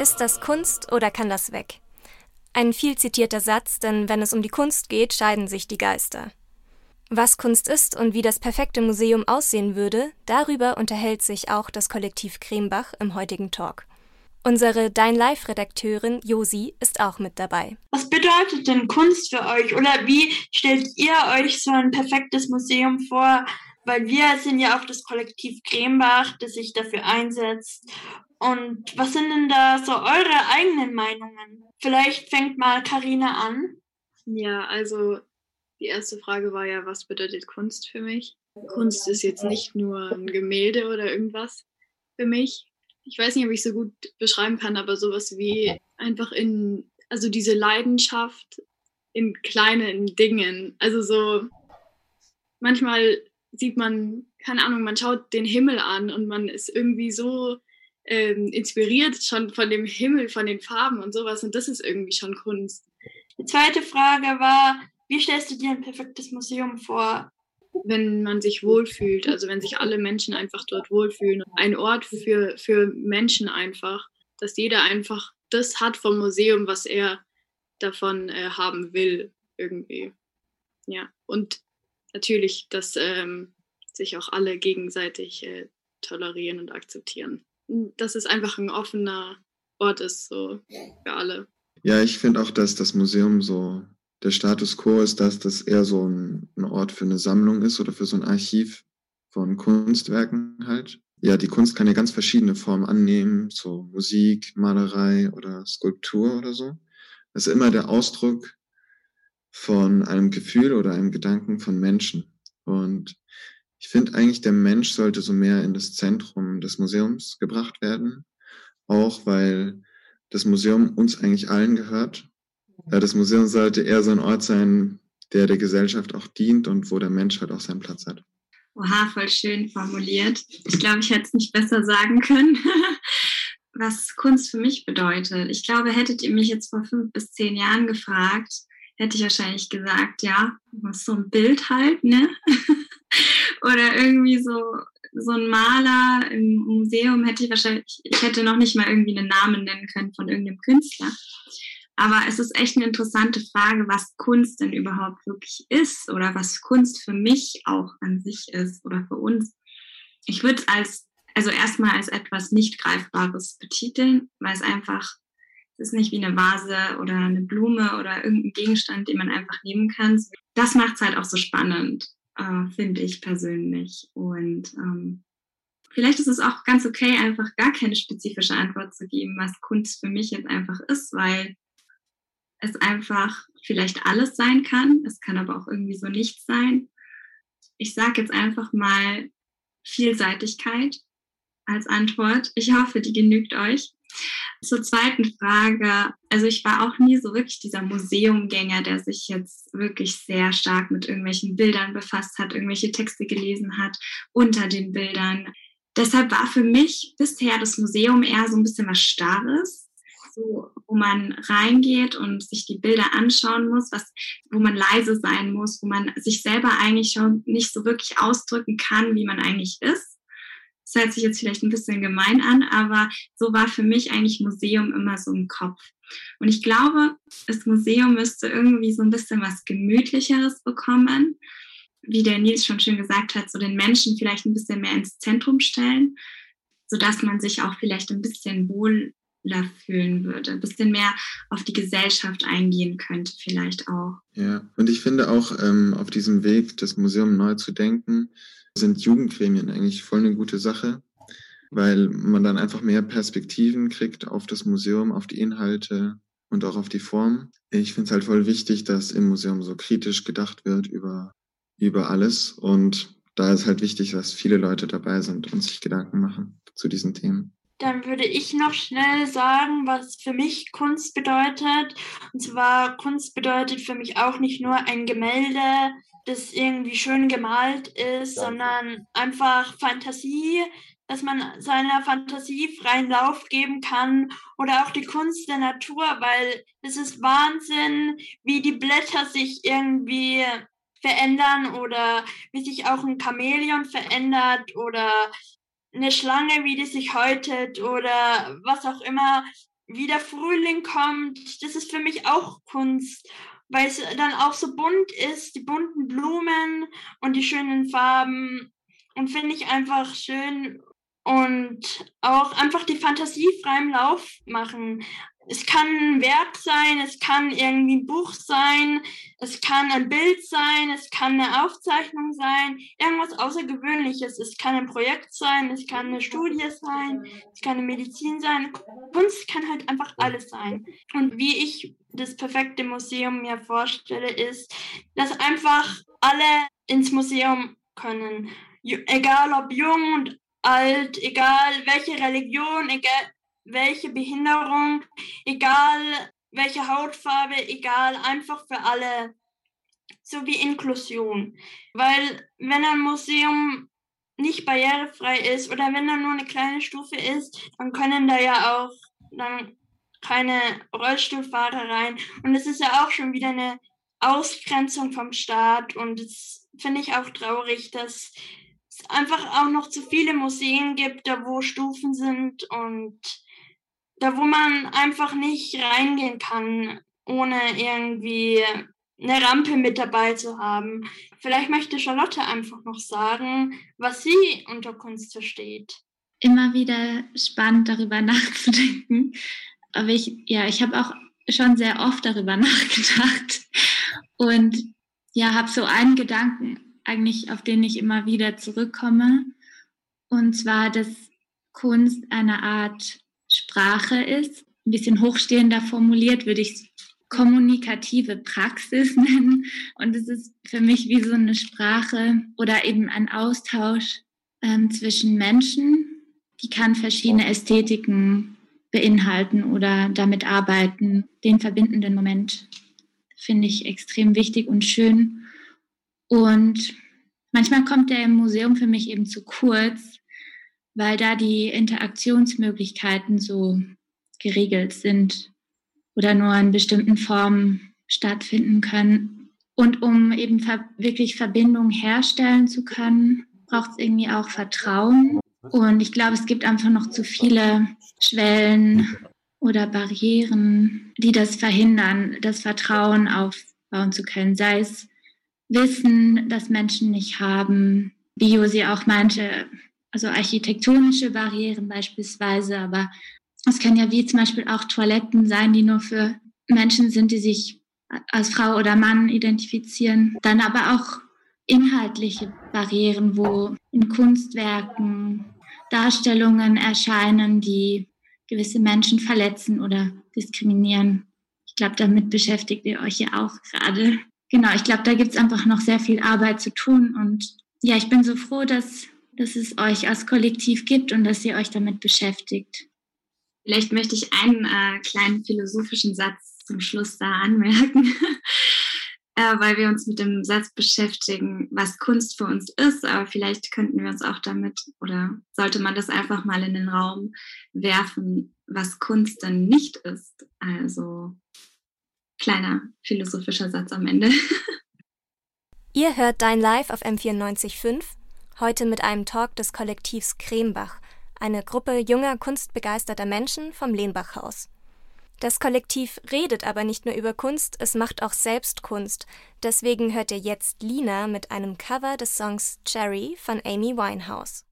Ist das Kunst oder kann das weg? Ein viel zitierter Satz, denn wenn es um die Kunst geht, scheiden sich die Geister. Was Kunst ist und wie das perfekte Museum aussehen würde, darüber unterhält sich auch das Kollektiv Cremebach im heutigen Talk. Unsere Dein Live-Redakteurin Josi ist auch mit dabei. Was bedeutet denn Kunst für euch? Oder wie stellt ihr euch so ein perfektes Museum vor? Weil wir sind ja auch das Kollektiv Cremebach, das sich dafür einsetzt. Und was sind denn da so eure eigenen Meinungen? Vielleicht fängt mal Carina an. Ja, also die erste Frage war ja, was bedeutet Kunst für mich? Kunst ist jetzt nicht nur ein Gemälde oder irgendwas für mich. Ich weiß nicht, ob ich so gut beschreiben kann, aber sowas wie einfach also diese Leidenschaft in kleinen Dingen. Also so, manchmal sieht man, keine Ahnung, man schaut den Himmel an und man ist irgendwie so inspiriert schon von dem Himmel, von den Farben und sowas, und das ist irgendwie schon Kunst. Die zweite Frage war, wie stellst du dir ein perfektes Museum vor? Wenn man sich wohlfühlt, also wenn sich alle Menschen einfach dort wohlfühlen. Ein Ort für Menschen einfach, dass jeder einfach das hat vom Museum, was er davon haben will, irgendwie. Ja, und natürlich, dass sich auch alle gegenseitig tolerieren und akzeptieren. Dass es einfach ein offener Ort ist, so für alle. Ja, ich finde auch, dass das Museum so der Status quo ist, dass das eher so ein Ort für eine Sammlung ist oder für so ein Archiv von Kunstwerken halt. Ja, die Kunst kann ja ganz verschiedene Formen annehmen, so Musik, Malerei oder Skulptur oder so. Das ist immer der Ausdruck von einem Gefühl oder einem Gedanken von Menschen. Und ich finde eigentlich, der Mensch sollte so mehr in das Zentrum des Museums gebracht werden, auch weil das Museum uns eigentlich allen gehört. Das Museum sollte eher so ein Ort sein, der Gesellschaft auch dient und wo der Mensch halt auch seinen Platz hat. Oha, voll schön formuliert. Ich glaube, ich hätte es nicht besser sagen können, was Kunst für mich bedeutet. Ich glaube, hättet ihr mich jetzt vor 5 bis 10 Jahren gefragt, hätte ich wahrscheinlich gesagt, ja, was so ein Bild halt, ne? Oder irgendwie so ein Maler im Museum ich hätte noch nicht mal irgendwie einen Namen nennen können von irgendeinem Künstler. Aber es ist echt eine interessante Frage, was Kunst denn überhaupt wirklich ist oder was Kunst für mich auch an sich ist oder für uns. Ich würde es erstmal als etwas nicht Greifbares betiteln, weil es ist nicht wie eine Vase oder eine Blume oder irgendein Gegenstand, den man einfach nehmen kann. Das macht es halt auch so spannend, finde ich persönlich. Und vielleicht ist es auch ganz okay, einfach gar keine spezifische Antwort zu geben, was Kunst für mich jetzt einfach ist, weil es einfach vielleicht alles sein kann. Es kann aber auch irgendwie so nichts sein. Ich sage jetzt einfach mal Vielseitigkeit als Antwort. Ich hoffe, die genügt euch. Zur zweiten Frage. Also ich war auch nie so wirklich dieser Museumgänger, der sich jetzt wirklich sehr stark mit irgendwelchen Bildern befasst hat, irgendwelche Texte gelesen hat unter den Bildern. Deshalb war für mich bisher das Museum eher so ein bisschen was Starres, so, wo man reingeht und sich die Bilder anschauen muss, wo man leise sein muss, wo man sich selber eigentlich schon nicht so wirklich ausdrücken kann, wie man eigentlich ist. Das hört sich jetzt vielleicht ein bisschen gemein an, aber so war für mich eigentlich Museum immer so im Kopf. Und ich glaube, das Museum müsste irgendwie so ein bisschen was Gemütlicheres bekommen, wie der Nils schon schön gesagt hat, so den Menschen vielleicht ein bisschen mehr ins Zentrum stellen, sodass man sich auch vielleicht ein bisschen wohler fühlen würde, ein bisschen mehr auf die Gesellschaft eingehen könnte vielleicht auch. Ja, und ich finde auch auf diesem Weg, das Museum neu zu denken, sind Jugendgremien eigentlich voll eine gute Sache, weil man dann einfach mehr Perspektiven kriegt auf das Museum, auf die Inhalte und auch auf die Form. Ich finde es halt voll wichtig, dass im Museum so kritisch gedacht wird über alles, und da ist halt wichtig, dass viele Leute dabei sind und sich Gedanken machen zu diesen Themen. Dann würde ich noch schnell sagen, was für mich Kunst bedeutet. Und zwar, Kunst bedeutet für mich auch nicht nur ein Gemälde, das irgendwie schön gemalt ist, sondern einfach Fantasie, dass man seiner Fantasie freien Lauf geben kann, oder auch die Kunst der Natur, weil es ist Wahnsinn, wie die Blätter sich irgendwie verändern oder wie sich auch ein Chamäleon verändert oder eine Schlange, wie die sich häutet oder was auch immer, wie der Frühling kommt, das ist für mich auch Kunst, weil es dann auch so bunt ist, die bunten Blumen und die schönen Farben und finde ich einfach schön und auch einfach die Fantasie freiem Lauf machen. Es kann ein Werk sein, es kann irgendwie ein Buch sein, es kann ein Bild sein, es kann eine Aufzeichnung sein, irgendwas Außergewöhnliches. Es kann ein Projekt sein, es kann eine Studie sein, es kann eine Medizin sein. Kunst kann halt einfach alles sein. Und wie ich das perfekte Museum mir vorstelle, ist, dass einfach alle ins Museum können. Egal ob jung und alt, egal welche Religion, egal welche Behinderung, egal welche Hautfarbe, egal, einfach für alle, so wie Inklusion. Weil wenn ein Museum nicht barrierefrei ist oder wenn da nur eine kleine Stufe ist, dann können da ja auch dann keine Rollstuhlfahrer rein. Und es ist ja auch schon wieder eine Ausgrenzung vom Staat und das finde ich auch traurig, dass es einfach auch noch zu viele Museen gibt, da wo Stufen sind und da wo man einfach nicht reingehen kann, ohne irgendwie eine Rampe mit dabei zu haben. Vielleicht möchte Charlotte einfach noch sagen, was sie unter Kunst versteht. Immer wieder spannend, darüber nachzudenken. Aber ich habe auch schon sehr oft darüber nachgedacht und ja, habe so einen Gedanken eigentlich, auf den ich immer wieder zurückkomme. Und zwar, dass Kunst eine Art Sprache ist. Ein bisschen hochstehender formuliert würde ich es kommunikative Praxis nennen. Und es ist für mich wie so eine Sprache oder eben ein Austausch zwischen Menschen. Die kann verschiedene Ästhetiken beinhalten oder damit arbeiten. Den verbindenden Moment finde ich extrem wichtig und schön. Und manchmal kommt der im Museum für mich eben zu kurz, weil da die Interaktionsmöglichkeiten so geregelt sind oder nur in bestimmten Formen stattfinden können. Und um eben wirklich Verbindungen herstellen zu können, braucht es irgendwie auch Vertrauen. Und ich glaube, es gibt einfach noch zu viele Schwellen oder Barrieren, die das verhindern, das Vertrauen aufbauen zu können. Sei es Wissen, das Menschen nicht haben, wie Josi auch meinte, also architektonische Barrieren beispielsweise, aber es können ja wie zum Beispiel auch Toiletten sein, die nur für Menschen sind, die sich als Frau oder Mann identifizieren. Dann aber auch inhaltliche Barrieren, wo in Kunstwerken Darstellungen erscheinen, die gewisse Menschen verletzen oder diskriminieren. Ich glaube, damit beschäftigt ihr euch ja auch gerade. Genau, ich glaube, da gibt es einfach noch sehr viel Arbeit zu tun. Und ja, ich bin so froh, dass es euch als Kollektiv gibt und dass ihr euch damit beschäftigt. Vielleicht möchte ich einen kleinen philosophischen Satz zum Schluss da anmerken, weil wir uns mit dem Satz beschäftigen, was Kunst für uns ist, aber vielleicht könnten wir uns auch damit, oder sollte man das einfach mal in den Raum werfen, was Kunst denn nicht ist. Also kleiner philosophischer Satz am Ende. Ihr hört Dein Live auf M94.5, heute mit einem Talk des Kollektivs Krembach, eine Gruppe junger, kunstbegeisterter Menschen vom Lehnbach-Haus. Das Kollektiv redet aber nicht nur über Kunst, es macht auch selbst Kunst. Deswegen hört ihr jetzt Lina mit einem Cover des Songs Cherry von Amy Winehouse.